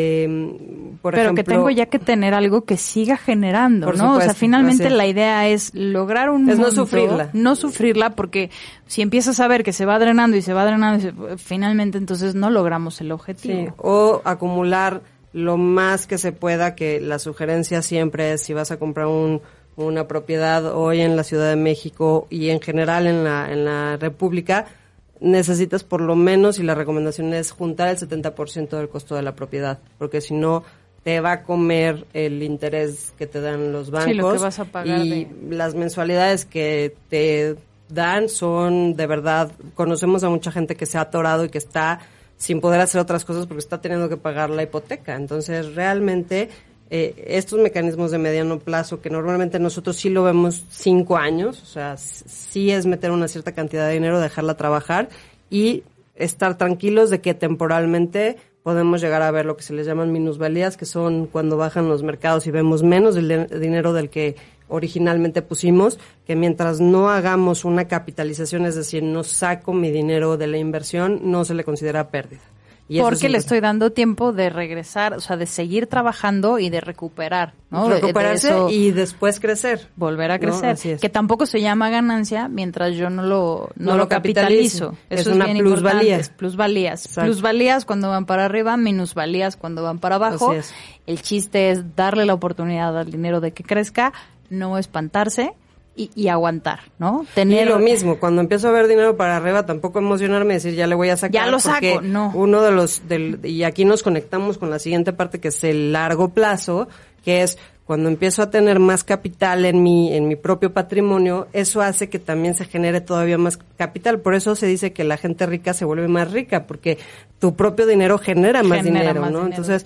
Por Pero ejemplo, que tengo ya que tener algo que siga generando, por ¿no? supuesto, o sea, finalmente así es. La idea es lograr un monto, no sufrirla, porque si empiezas a ver que se va drenando y se va drenando, finalmente entonces no logramos el objetivo. Sí, o acumular lo más que se pueda, que la sugerencia siempre es, si vas a comprar una propiedad hoy en la Ciudad de México y en general en la República, necesitas por lo menos, y la recomendación es juntar el 70% del costo de la propiedad, porque si no te va a comer el interés que te dan los bancos. Sí, lo que vas a pagar y las mensualidades que te dan son, de verdad, conocemos a mucha gente que se ha atorado y que está sin poder hacer otras cosas porque está teniendo que pagar la hipoteca. Entonces, realmente, estos mecanismos de mediano plazo, que normalmente nosotros sí lo vemos 5 años, o sea, sí es meter una cierta cantidad de dinero, dejarla trabajar y estar tranquilos de que temporalmente podemos llegar a ver lo que se les llaman minusvalías, que son cuando bajan los mercados y vemos menos del dinero del que originalmente pusimos, que mientras no hagamos una capitalización, es decir, no saco mi dinero de la inversión, no se le considera pérdida. Y porque le estoy dando tiempo de regresar, o sea, de seguir trabajando y de recuperar, ¿no? Recuperarse y después crecer. Volver a crecer. ¿No? Así es. Que tampoco se llama ganancia mientras yo no lo capitalizo. Eso es una plusvalía. Es plusvalías. Exacto. Plusvalías cuando van para arriba, minusvalías cuando van para abajo. Así es. El chiste es darle la oportunidad al dinero de que crezca, no espantarse y aguantar, ¿no? Y lo mismo, cuando empiezo a ver dinero para arriba, tampoco emocionarme y decir, ya le voy a sacar. Ya lo saco, no. Uno de y aquí nos conectamos con la siguiente parte, que es el largo plazo, que es cuando empiezo a tener más capital en mi propio patrimonio, eso hace que también se genere todavía más capital. Por eso se dice que la gente rica se vuelve más rica, porque tu propio dinero genera más dinero, ¿no? Entonces,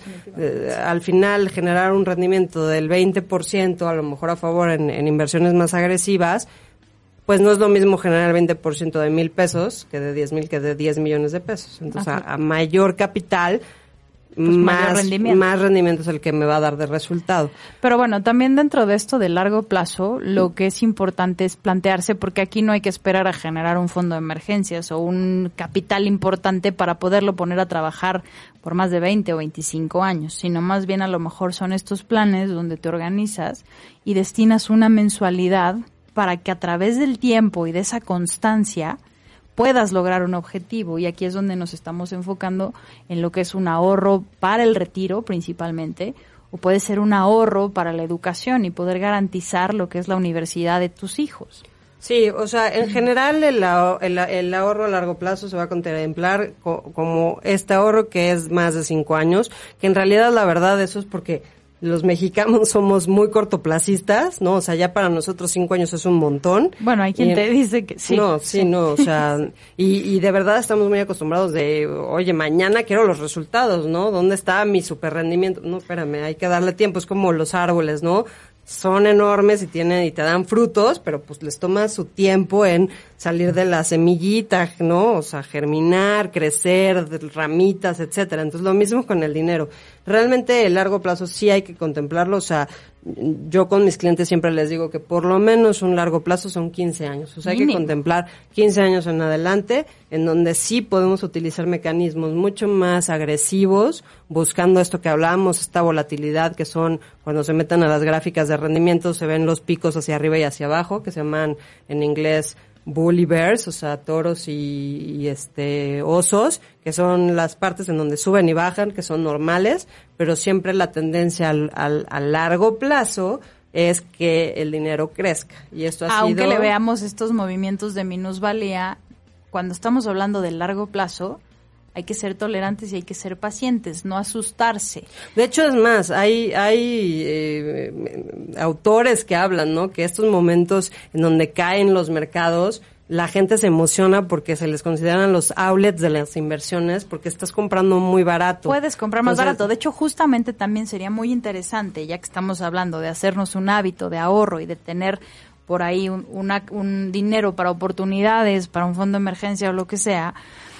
al final, generar un rendimiento del 20%, a lo mejor a favor en inversiones más agresivas, pues no es lo mismo generar el 20% de 1,000 pesos que de 10,000, que de 10 millones de pesos. Entonces, a mayor capital, pues más rendimiento es el que me va a dar de resultado. Pero bueno, también dentro de esto de largo plazo, lo que es importante es plantearse, porque aquí no hay que esperar a generar un fondo de emergencias o un capital importante para poderlo poner a trabajar por más de 20 o 25 años, sino más bien a lo mejor son estos planes donde te organizas y destinas una mensualidad para que a través del tiempo y de esa constancia puedas lograr un objetivo. Y aquí es donde nos estamos enfocando en lo que es un ahorro para el retiro principalmente, o puede ser un ahorro para la educación y poder garantizar lo que es la universidad de tus hijos. Sí, o sea, en general el ahorro a largo plazo se va a contemplar como este ahorro que es más de 5 años, que en realidad la verdad eso es porque los mexicanos somos muy cortoplacistas, ¿no? O sea, ya para nosotros 5 años es un montón. Bueno, hay quien te dice que sí. No, sí, no, o sea, y de verdad estamos muy acostumbrados de, oye, mañana quiero los resultados, ¿no? ¿Dónde está mi super rendimiento? No, espérame, hay que darle tiempo, es como los árboles, ¿no? Son enormes y te dan frutos, pero pues les toma su tiempo en salir de la semillita, ¿no? O sea, germinar, crecer, ramitas, etcétera. Entonces, lo mismo con el dinero. Realmente, el largo plazo sí hay que contemplarlo, o sea, yo con mis clientes siempre les digo que por lo menos un largo plazo son 15 años. O sea, hay que contemplar 15 años en adelante, en donde sí podemos utilizar mecanismos mucho más agresivos, buscando esto que hablábamos, esta volatilidad que son cuando se meten a las gráficas de rendimiento, se ven los picos hacia arriba y hacia abajo, que se llaman en inglés bull y bears, o sea, toros y osos, que son las partes en donde suben y bajan, que son normales, pero siempre la tendencia al largo plazo es que el dinero crezca. Y esto aunque le veamos estos movimientos de minusvalía, cuando estamos hablando de largo plazo, hay que ser tolerantes y hay que ser pacientes, no asustarse. De hecho, es más, hay autores que hablan, ¿no? Que estos momentos en donde caen los mercados, la gente se emociona porque se les consideran los outlets de las inversiones, porque estás comprando muy barato. Puedes comprar más barato. De hecho, justamente también sería muy interesante, ya que estamos hablando de hacernos un hábito de ahorro y de tener por ahí un dinero para oportunidades, para un fondo de emergencia o lo que sea.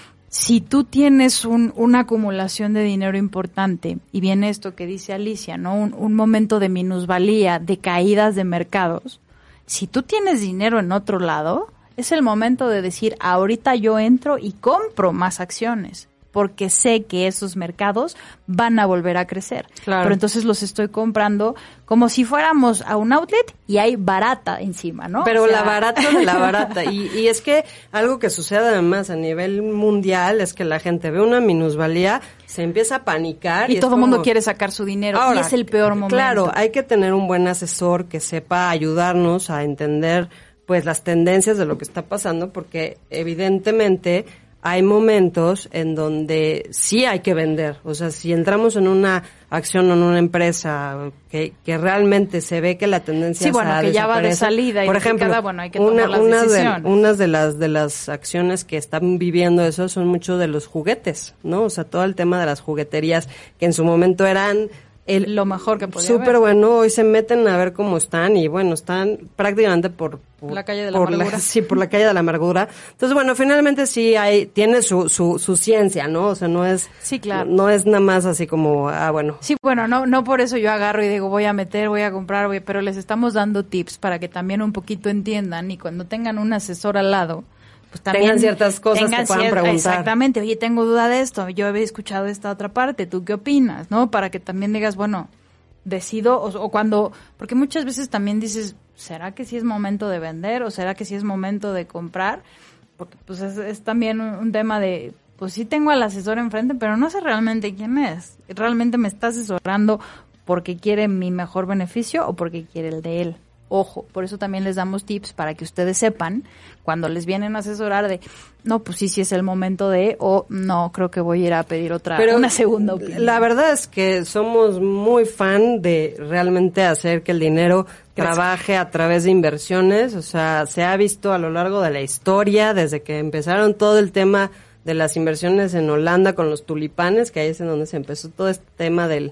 Si tú tienes una acumulación de dinero importante, y viene esto que dice Alicia, ¿no? Un momento de minusvalía, de caídas de mercados, si tú tienes dinero en otro lado, es el momento de decir, ahorita yo entro y compro más acciones, porque sé que esos mercados van a volver a crecer. Claro. Pero entonces los estoy comprando como si fuéramos a un outlet y hay barata encima, ¿no? Pero la barata de la barata. Y es que algo que sucede además a nivel mundial es que la gente ve una minusvalía, se empieza a panicar. Y todo el mundo quiere sacar su dinero. Ahora, y es el peor momento. Claro, hay que tener un buen asesor que sepa ayudarnos a entender pues las tendencias de lo que está pasando, porque evidentemente hay momentos en donde sí hay que vender. O sea, si entramos en una acción o en una empresa que realmente se ve que la tendencia que ya va de salida, por ejemplo, hay que tomar las decisiones. Unas de las acciones que están viviendo eso son mucho de los juguetes, ¿no? O sea, todo el tema de las jugueterías que en su momento eran lo mejor que podía súper bueno, hoy se meten a ver cómo están y bueno, están prácticamente por la calle de la amargura. Por la calle de la amargura. Entonces, bueno, finalmente sí tiene su ciencia, ¿no? O sea, no es no es nada más así como, bueno. Sí, bueno, no por eso yo agarro y digo, voy a comprar, pero les estamos dando tips para que también un poquito entiendan y cuando tengan un asesor al lado, pues también tengan ciertas cosas que puedan preguntar. Exactamente, oye, tengo duda de esto, yo había escuchado esta otra parte, ¿tú qué opinas? ¿No? Para que también digas, bueno, decido, o cuando, porque muchas veces también dices, ¿será que sí es momento de vender o será que sí es momento de comprar? Porque pues es también un tema de, pues sí tengo al asesor enfrente, pero no sé realmente quién es. ¿Realmente me está asesorando porque quiere mi mejor beneficio o porque quiere el de él? Ojo, por eso también les damos tips para que ustedes sepan cuando les vienen a asesorar de, no, pues sí es el momento de, o no, creo que voy a ir a pedir una segunda opinión. La verdad es que somos muy fan de realmente hacer que el dinero trabaje a través de inversiones. O sea, se ha visto a lo largo de la historia, desde que empezaron todo el tema de las inversiones en Holanda con los tulipanes, que ahí es en donde se empezó todo este tema de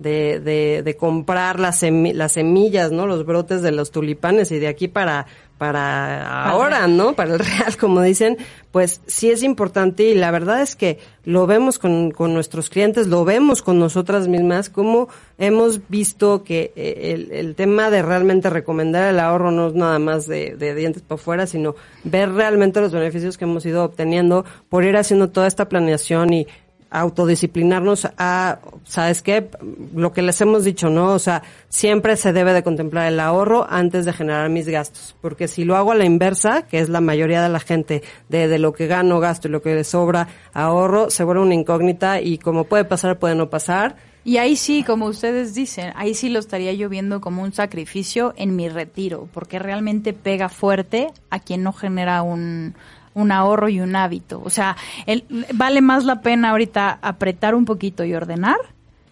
comprar las semillas, ¿no? Los brotes de los tulipanes y de aquí para ahora, ¿no? Para el real, como dicen, pues sí es importante y la verdad es que lo vemos con nuestros clientes, lo vemos con nosotras mismas, como hemos visto que el tema de realmente recomendar el ahorro no es nada más de dientes para afuera, sino ver realmente los beneficios que hemos ido obteniendo por ir haciendo toda esta planeación y autodisciplinarnos ¿sabes qué? Lo que les hemos dicho, ¿no? O sea, siempre se debe de contemplar el ahorro antes de generar mis gastos, porque si lo hago a la inversa, que es la mayoría de la gente, de lo que gano, gasto y lo que le sobra, ahorro, se vuelve una incógnita y como puede pasar, puede no pasar. Y ahí sí, como ustedes dicen, ahí sí lo estaría yo viendo como un sacrificio en mi retiro, porque realmente pega fuerte a quien no genera un ahorro y un hábito. O sea, vale más la pena ahorita apretar un poquito y ordenar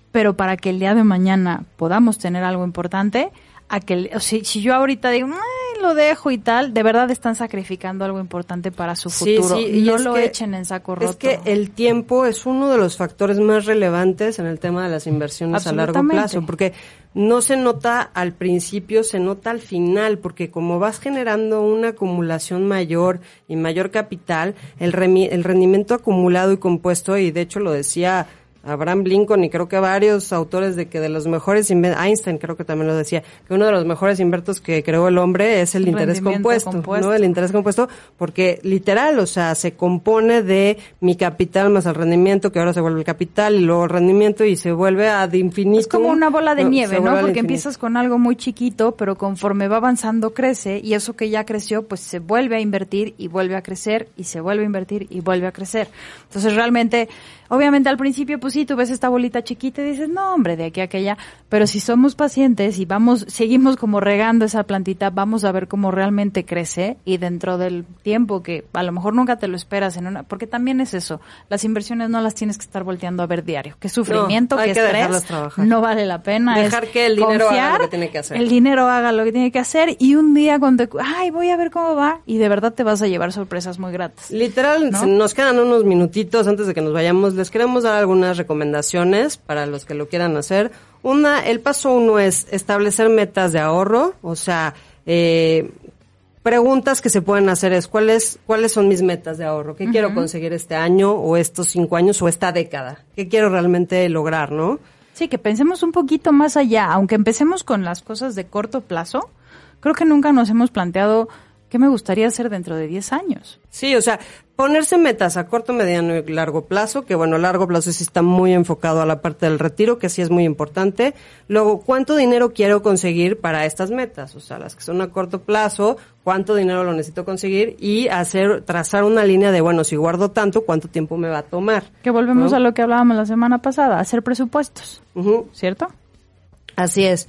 pero para que el día de mañana podamos tener algo importante, si yo ahorita digo, "Ay, lo dejo y tal", de verdad están sacrificando algo importante para su futuro. Sí, y no lo echen en saco roto. Es que el tiempo es uno de los factores más relevantes en el tema de las inversiones a largo plazo, porque no se nota al principio, se nota al final, porque como vas generando una acumulación mayor y mayor capital, el rendimiento acumulado y compuesto, y de hecho lo decía Abraham Lincoln y creo que varios autores de que de los mejores Einstein creo que también lo decía, que uno de los mejores inventos que creó el hombre es el interés compuesto, ¿no? El interés compuesto, porque literal, o sea, se compone de mi capital más el rendimiento, que ahora se vuelve el capital y luego el rendimiento y se vuelve ad infinitum. Es como una bola de nieve, ¿no? Porque empiezas con algo muy chiquito, pero conforme va avanzando crece y eso que ya creció pues se vuelve a invertir y vuelve a crecer y se vuelve a invertir y vuelve a crecer. Entonces realmente, obviamente al principio pues sí, tú ves esta bolita chiquita y dices, no hombre, de aquí a aquella, pero si somos pacientes y seguimos como regando esa plantita, vamos a ver cómo realmente crece y dentro del tiempo que a lo mejor nunca te lo esperas porque también es eso, las inversiones no las tienes que estar volteando a ver diario, qué sufrimiento, qué estrés, no vale la pena. Dejar que el dinero haga lo que tiene que hacer. El dinero haga lo que tiene que hacer y un día cuando, voy a ver cómo va y de verdad te vas a llevar sorpresas muy gratas. Literal, ¿no? Nos quedan unos minutitos antes de que nos vayamos, les queremos dar algunas recomendaciones para los que lo quieran hacer. El paso 1 es establecer metas de ahorro, o sea, preguntas que se pueden hacer es ¿cuáles son mis metas de ahorro? ¿Qué quiero conseguir este año o estos 5 años o esta década? ¿Qué quiero realmente lograr, no? Sí, que pensemos un poquito más allá, aunque empecemos con las cosas de corto plazo, creo que nunca nos hemos planteado ¿qué me gustaría hacer dentro de 10 años? Sí, o sea, ponerse metas a corto, mediano y largo plazo, que bueno, a largo plazo sí está muy enfocado a la parte del retiro, que sí es muy importante. Luego, ¿cuánto dinero quiero conseguir para estas metas? O sea, las que son a corto plazo, ¿cuánto dinero lo necesito conseguir? Y trazar una línea de, bueno, si guardo tanto, ¿cuánto tiempo me va a tomar? Que volvemos a lo que hablábamos la semana pasada, hacer presupuestos, ¿cierto? Así es.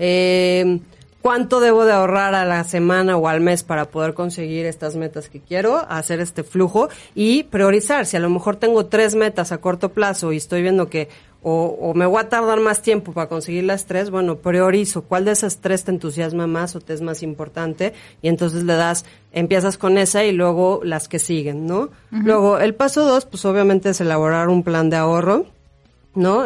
¿Cuánto debo de ahorrar a la semana o al mes para poder conseguir estas metas que quiero? Hacer este flujo y priorizar. Si a lo mejor tengo 3 metas a corto plazo y estoy viendo que o me voy a tardar más tiempo para conseguir las 3, bueno, priorizo. ¿Cuál de esas 3 te entusiasma más o te es más importante? Y entonces empiezas con esa y luego las que siguen, ¿no? Luego, el paso 2, pues obviamente es elaborar un plan de ahorro, ¿no?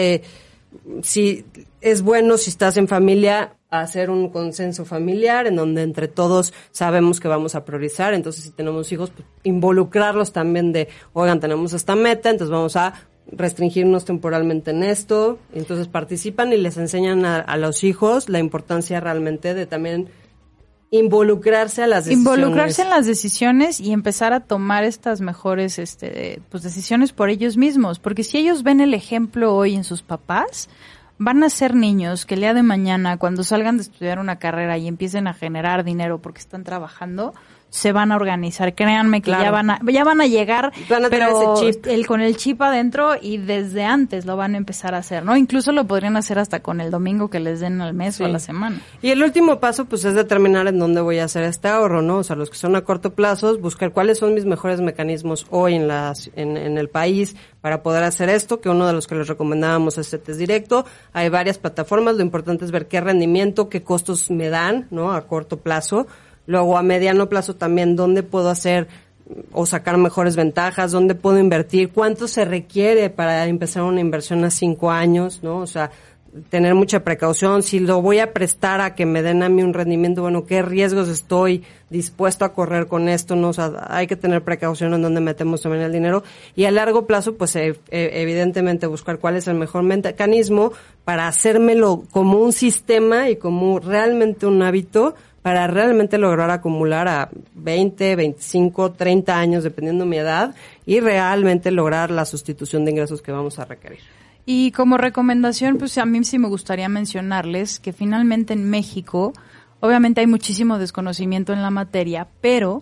Si es bueno, si estás en familia, hacer un consenso familiar en donde entre todos sabemos que vamos a priorizar. Entonces, si tenemos hijos, pues, involucrarlos también oigan, tenemos esta meta, entonces vamos a restringirnos temporalmente en esto. Entonces participan y les enseñan a los hijos la importancia realmente de también involucrarse a las decisiones. Involucrarse en las decisiones y empezar a tomar estas mejores decisiones por ellos mismos. Porque si ellos ven el ejemplo hoy en sus papás, van a ser niños que el día de mañana, cuando salgan de estudiar una carrera y empiecen a generar dinero porque están trabajando, se van a organizar. Créanme que ya van a llegar, van a tener ese chip. Con el chip adentro y desde antes lo van a empezar a hacer, ¿no? Incluso lo podrían hacer hasta con el domingo que les den al mes o a la semana. Y el último paso, pues, es determinar en dónde voy a hacer este ahorro, ¿no? O sea, los que son a corto plazo, buscar cuáles son mis mejores mecanismos hoy en el país para poder hacer esto, que uno de los que les recomendábamos es CETES Directo. Hay varias plataformas, lo importante es ver qué rendimiento, qué costos me dan, ¿no? A corto plazo. Luego, a mediano plazo también, dónde puedo hacer o sacar mejores ventajas, dónde puedo invertir, cuánto se requiere para empezar una inversión a 5 años, ¿no? O sea, tener mucha precaución. Si lo voy a prestar a que me den a mí un rendimiento, bueno, ¿qué riesgos estoy dispuesto a correr con esto? ¿No? O sea, hay que tener precaución en dónde metemos también el dinero. Y a largo plazo, pues, evidentemente buscar cuál es el mejor mecanismo para hacérmelo como un sistema y como realmente un hábito para realmente lograr acumular a 20, 25, 30 años, dependiendo mi edad, y realmente lograr la sustitución de ingresos que vamos a requerir. Y como recomendación, pues a mí sí me gustaría mencionarles que finalmente en México, obviamente hay muchísimo desconocimiento en la materia, pero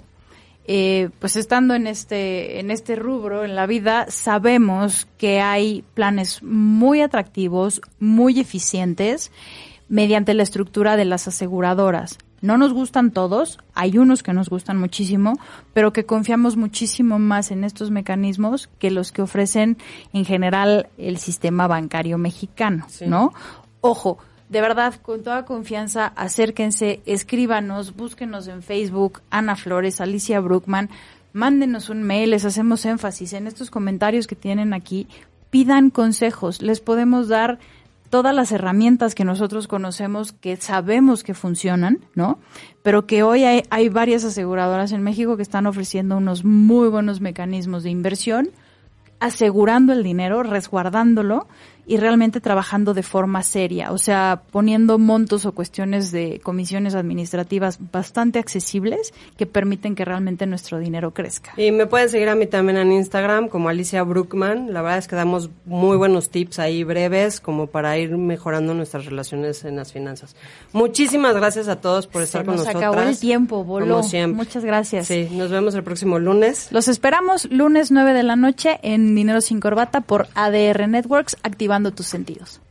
pues estando en este rubro en la vida, sabemos que hay planes muy atractivos, muy eficientes, mediante la estructura de las aseguradoras. No nos gustan todos, hay unos que nos gustan muchísimo, pero que confiamos muchísimo más en estos mecanismos que los que ofrecen en general el sistema bancario mexicano, sí. ¿no? Ojo, de verdad, con toda confianza, acérquense, escríbanos, búsquenos en Facebook, Ana Flores, Alicia Bruckman, mándenos un mail, les hacemos énfasis en estos comentarios que tienen aquí, pidan consejos, les podemos dar todas las herramientas que nosotros conocemos, que sabemos que funcionan, ¿no? Pero que hoy hay varias aseguradoras en México que están ofreciendo unos muy buenos mecanismos de inversión, asegurando el dinero, resguardándolo y realmente trabajando de forma seria, o sea, poniendo montos o cuestiones de comisiones administrativas bastante accesibles que permiten que realmente nuestro dinero crezca. Y me pueden seguir a mí también en Instagram como Alicia Bruckman. La verdad es que damos muy buenos tips ahí breves como para ir mejorando nuestras relaciones en las finanzas. Muchísimas gracias a todos por estar con nosotras. Se nos acabó el tiempo, voló. Como siempre. Muchas gracias. Sí, nos vemos el próximo lunes. Los esperamos lunes 9 de la noche en Dinero sin Corbata por ADR Networks, activando tus sentidos.